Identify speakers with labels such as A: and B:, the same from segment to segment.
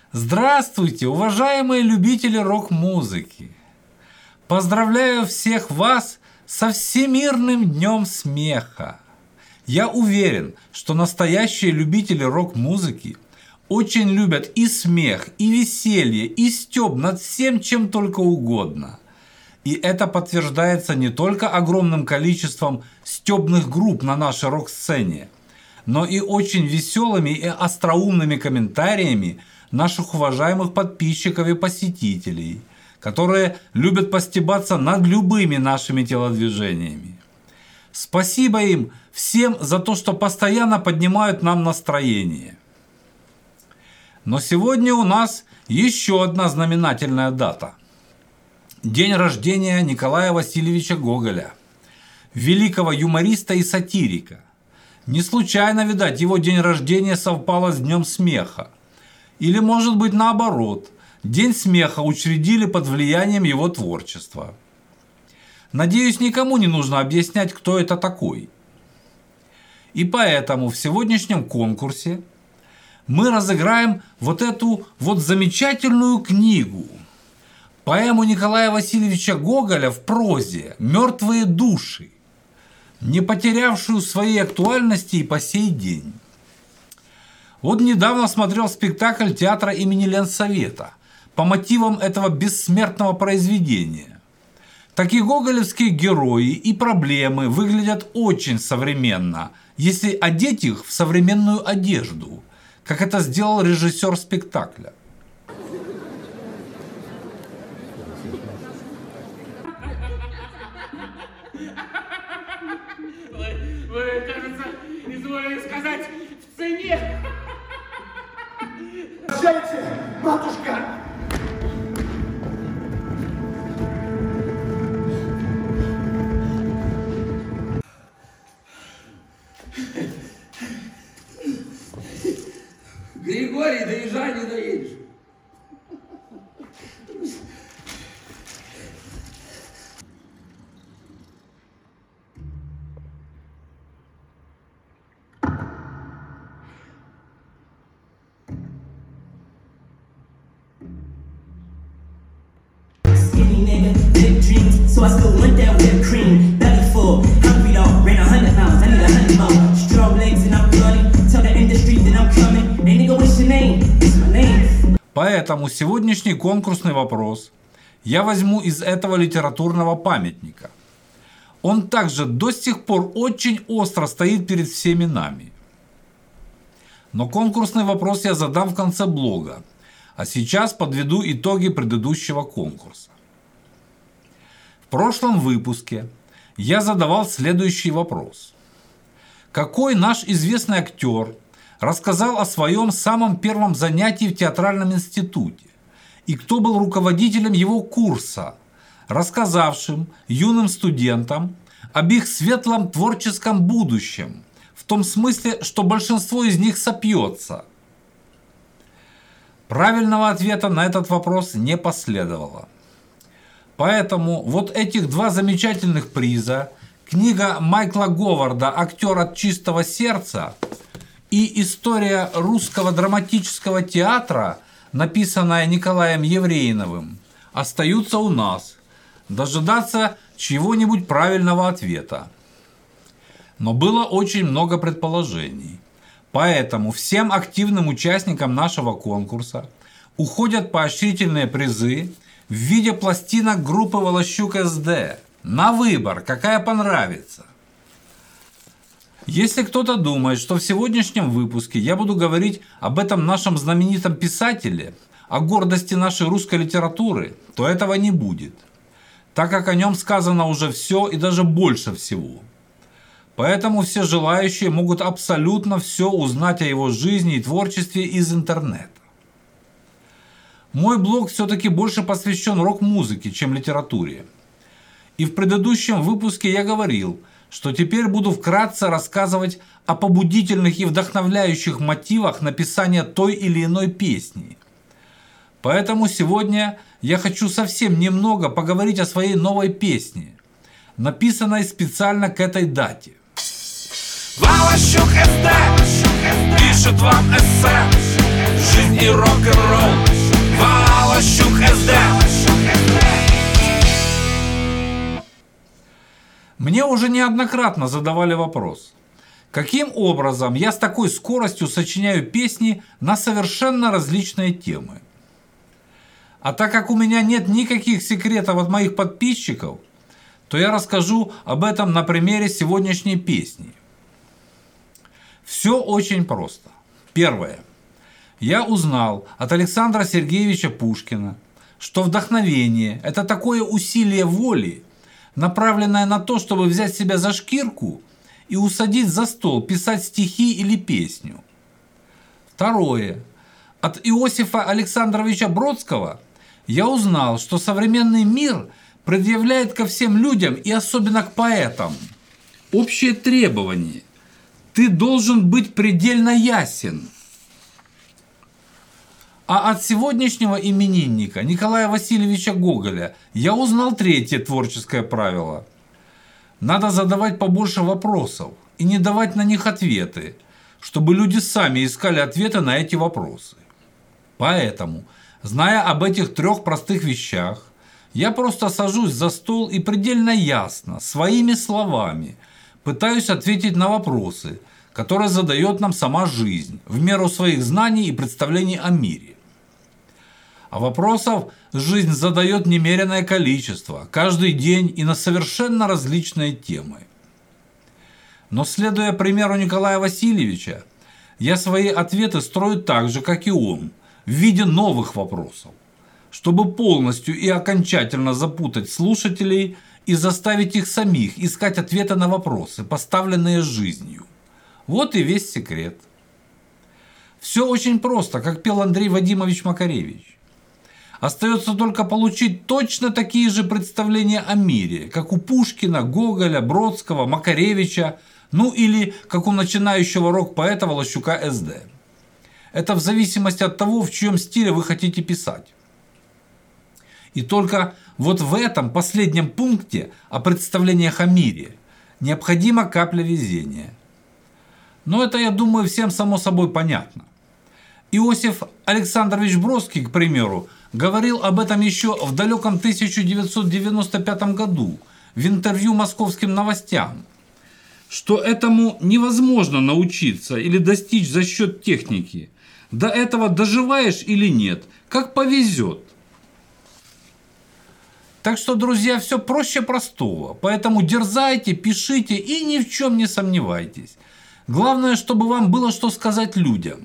A: Здравствуйте, уважаемые любители рок-музыки! Поздравляю всех вас со Всемирным днем смеха! Я уверен, что настоящие любители рок-музыки очень любят и смех, и веселье, и стёб над всем, чем только угодно. И это подтверждается не только огромным количеством стёбных групп на нашей рок-сцене, но и очень веселыми и остроумными комментариями наших уважаемых подписчиков и посетителей, которые любят постебаться над любыми нашими телодвижениями. Спасибо им всем за то, что постоянно поднимают нам настроение. Но сегодня у нас еще одна знаменательная дата. День рождения Николая Васильевича Гоголя, великого юмориста и сатирика. Не случайно, видать, его день рождения совпало с Днем смеха. Или, может быть, наоборот, День смеха учредили под влиянием его творчества. Надеюсь, никому не нужно объяснять, кто это такой. И поэтому в сегодняшнем конкурсе мы разыграем вот эту вот замечательную книгу. Поэму Николая Васильевича Гоголя в прозе «Мертвые души», не потерявшую своей актуальности и по сей день. Вот недавно смотрел спектакль театра имени Ленсовета по мотивам этого бессмертного произведения. Так и гоголевские герои и проблемы выглядят очень современно, если одеть их в современную одежду, как это сделал режиссер спектакля.
B: Вы, кажется, изволили сказать в цене.
C: Прощайте, матушка!
D: Григорий, доезжай, не доедешь.
E: So I still want that whipped cream, belly full, hungry dog, ran 100 pounds, I need 100 more. Strong legs and I'm bloody, tell the industry that I'm coming. Hey nigga, what's your name? It's my name.
A: Поэтому сегодняшний конкурсный вопрос я возьму из этого литературного памятника. Он также до сих пор очень остро стоит перед всеми нами. Но конкурсный вопрос я задам в конце блога, а сейчас подведу итоги предыдущего конкурса. В прошлом выпуске я задавал следующий вопрос. Какой наш известный актер рассказал о своем самом первом занятии в театральном институте? И кто был руководителем его курса, рассказавшим юным студентам об их светлом творческом будущем, в том смысле, что большинство из них сопьется? Правильного ответа на этот вопрос не последовало. Поэтому вот этих два замечательных приза, книга Майкла Говарда «Актер от чистого сердца» и история русского драматического театра, написанная Николаем Евреиновым, остаются у нас, дожидаться чего-нибудь правильного ответа. Но было очень много предположений. Поэтому всем активным участникам нашего конкурса уходят поощрительные призы в виде пластинок группы Волощук СД. На выбор, какая понравится. Если кто-то думает, что в сегодняшнем выпуске я буду говорить об этом нашем знаменитом писателе, о гордости нашей русской литературы, то этого не будет, так как о нем сказано уже все и даже больше всего. Поэтому все желающие могут абсолютно все узнать о его жизни и творчестве из интернета. Мой блог все-таки больше посвящен рок-музыке, чем литературе. И в предыдущем выпуске я говорил, что теперь буду вкратце рассказывать о побудительных и вдохновляющих мотивах написания той или иной песни. Поэтому сегодня я хочу совсем немного поговорить о своей новой песне, написанной специально к этой дате.
F: Волощук СД пишет вам эссе. Жизнь
A: и рок-н-ролл. Волощук СД. Мне уже неоднократно задавали вопрос, каким образом я с такой скоростью сочиняю песни на совершенно различные темы. А так как у меня нет никаких секретов от моих подписчиков, то я расскажу об этом на примере сегодняшней песни. Все очень просто. Первое. Я узнал от Александра Сергеевича Пушкина, что вдохновение – это такое усилие воли, направленное на то, чтобы взять себя за шкирку и усадить за стол писать стихи или песню. Второе. От Иосифа Александровича Бродского я узнал, что современный мир предъявляет ко всем людям и особенно к поэтам общее требование: ты должен быть предельно ясен. А от сегодняшнего именинника Николая Васильевича Гоголя я узнал третье творческое правило: надо задавать побольше вопросов и не давать на них ответы, чтобы люди сами искали ответы на эти вопросы. Поэтому, зная об этих трех простых вещах, я просто сажусь за стол и предельно ясно, своими словами, пытаюсь ответить на вопросы, которые задает нам сама жизнь, в меру своих знаний и представлений о мире. А вопросов жизнь задает немеренное количество, каждый день и на совершенно различные темы. Но следуя примеру Николая Васильевича, я свои ответы строю так же, как и он, в виде новых вопросов, чтобы полностью и окончательно запутать слушателей и заставить их самих искать ответы на вопросы, поставленные жизнью. Вот и весь секрет. Все очень просто, как пел Андрей Вадимович Макаревич. Остается только получить точно такие же представления о мире, как у Пушкина, Гоголя, Бродского, Макаревича, ну или как у начинающего рок-поэта Волощука СД. Это в зависимости от того, в чьем стиле вы хотите писать. И только вот в этом последнем пункте о представлениях о мире необходима капля везения. Но это, я думаю, всем само собой понятно. Иосиф Александрович Бродский, к примеру, говорил об этом еще в далеком 1995 году в интервью «Московским новостям», что этому невозможно научиться или достичь за счет техники. До этого доживаешь или нет, как повезет. Так что, друзья, все проще простого, поэтому дерзайте, пишите и ни в чем не сомневайтесь. Главное, чтобы вам было что сказать людям.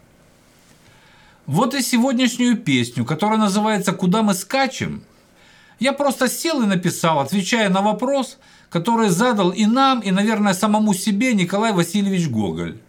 A: Вот и сегодняшнюю песню, которая называется «Куда мы скачем», я просто сел и написал, отвечая на вопрос, который задал и нам, и, наверное, самому себе Николай Васильевич Гоголь.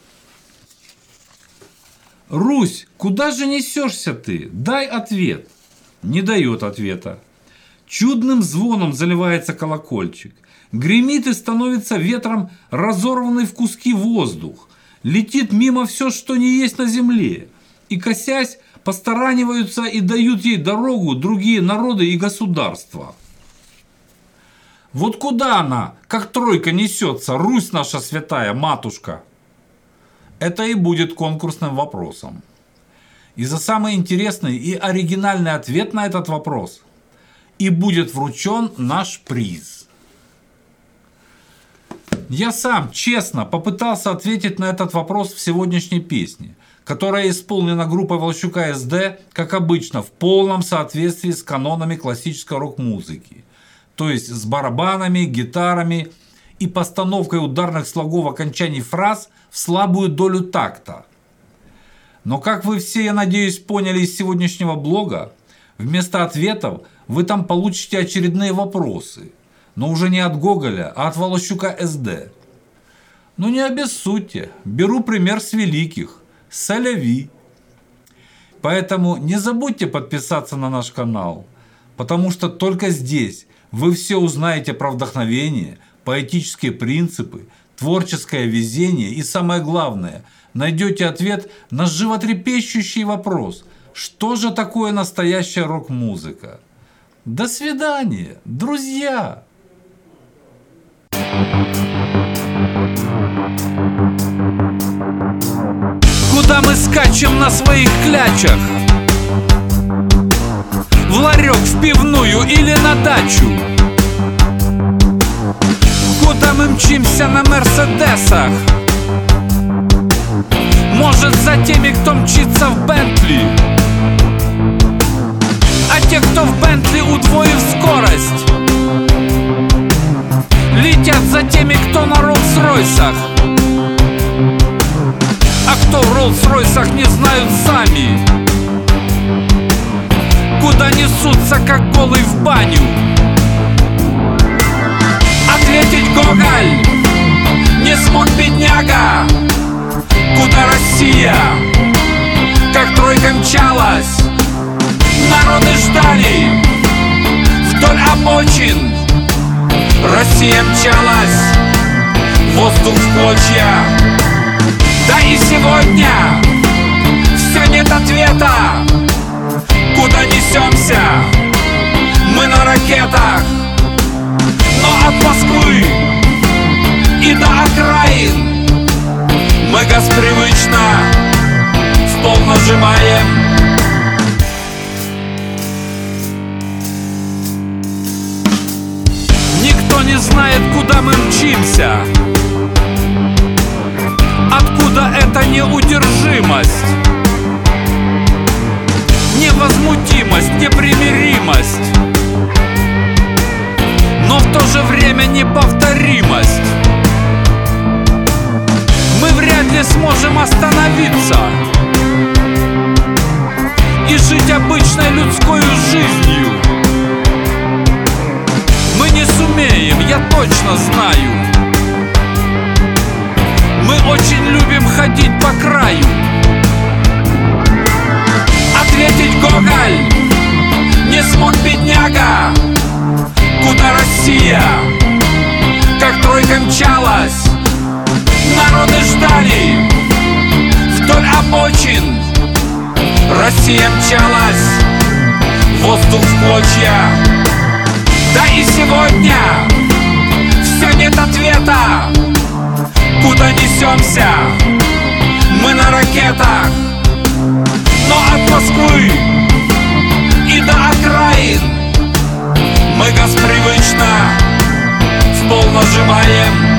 A: «Русь, куда же несешься ты? Дай ответ». Не дает ответа. Чудным звоном заливается колокольчик. Гремит и становится ветром разорванный в куски воздух. Летит мимо все, что не есть на земле. И, косясь, постараниваются и дают ей дорогу другие народы и государства. Вот куда она, как тройка, несется, Русь наша святая матушка? Это и будет конкурсным вопросом. И за самый интересный и оригинальный ответ на этот вопрос и будет вручен наш приз. Я сам честно попытался ответить на этот вопрос в сегодняшней песне, которая исполнена группой Волощука СД, как обычно, в полном соответствии с канонами классической рок-музыки, то есть с барабанами, гитарами и постановкой ударных слогов окончаний фраз в слабую долю такта. Но как вы все, я надеюсь, поняли из сегодняшнего блога, вместо ответов вы там получите очередные вопросы, но уже не от Гоголя, а от Волощука СД. Ну не обессудьте, беру пример с великих. Соляви. Поэтому не забудьте подписаться на наш канал, потому что только здесь вы все узнаете про вдохновение, поэтические принципы, творческое везение и, самое главное, найдете ответ на животрепещущий вопрос: что же такое настоящая рок-музыка? До свидания, друзья! куда мы скачем на своих клячах? В ларек, в пивную или на дачу? Куда мы мчимся на мерседесах? Может, за теми, кто мчится в Бентли? А те, кто в Бентли, удвоив скорость, летят за теми, кто на Роллс-Ройсах. А кто в Роллс-Ройсах, не знают сами, куда несутся, как голый в баню. Ответить Гоголь не смог, бедняга. Куда Россия, как тройка мчалась? Народы ждали вдоль обочин. Россия мчалась, воздух в клочья. Да и сегодня все нет ответа. Куда несемся? Мы на ракетах. Но от Москвы и до окраин мы газ привычно в пол нажимаем. Никто не знает, куда мы мчимся. Откуда эта неудержимость, невозмутимость, непримиримость, но в то же время неповторимость? Мы вряд ли сможем остановиться и жить обычной людской жизнью. Мы не сумеем, я точно знаю. Мы очень любим ходить по краю. Ответить Гоголь не смог, бедняга. Куда Россия, как тройка мчалась? Народы ждали вдоль обочин. Россия мчалась, воздух в клочья. Да и сегодня все нет ответа. Куда несемся? Мы на ракетах. Но от Москвы и до окраин мы газ привычно в пол нажимаем.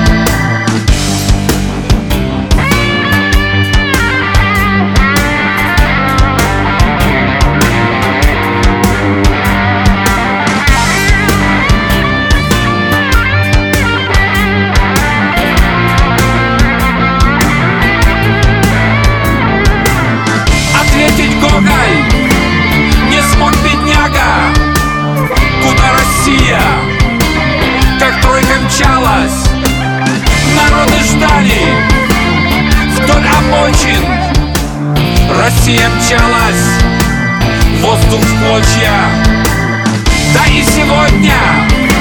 A: Гоголь не смог, бедняга. Куда Россия, как тройка мчалась? Народы ждали вдоль обочин. Россия мчалась, воздух в клочья. Да и сегодня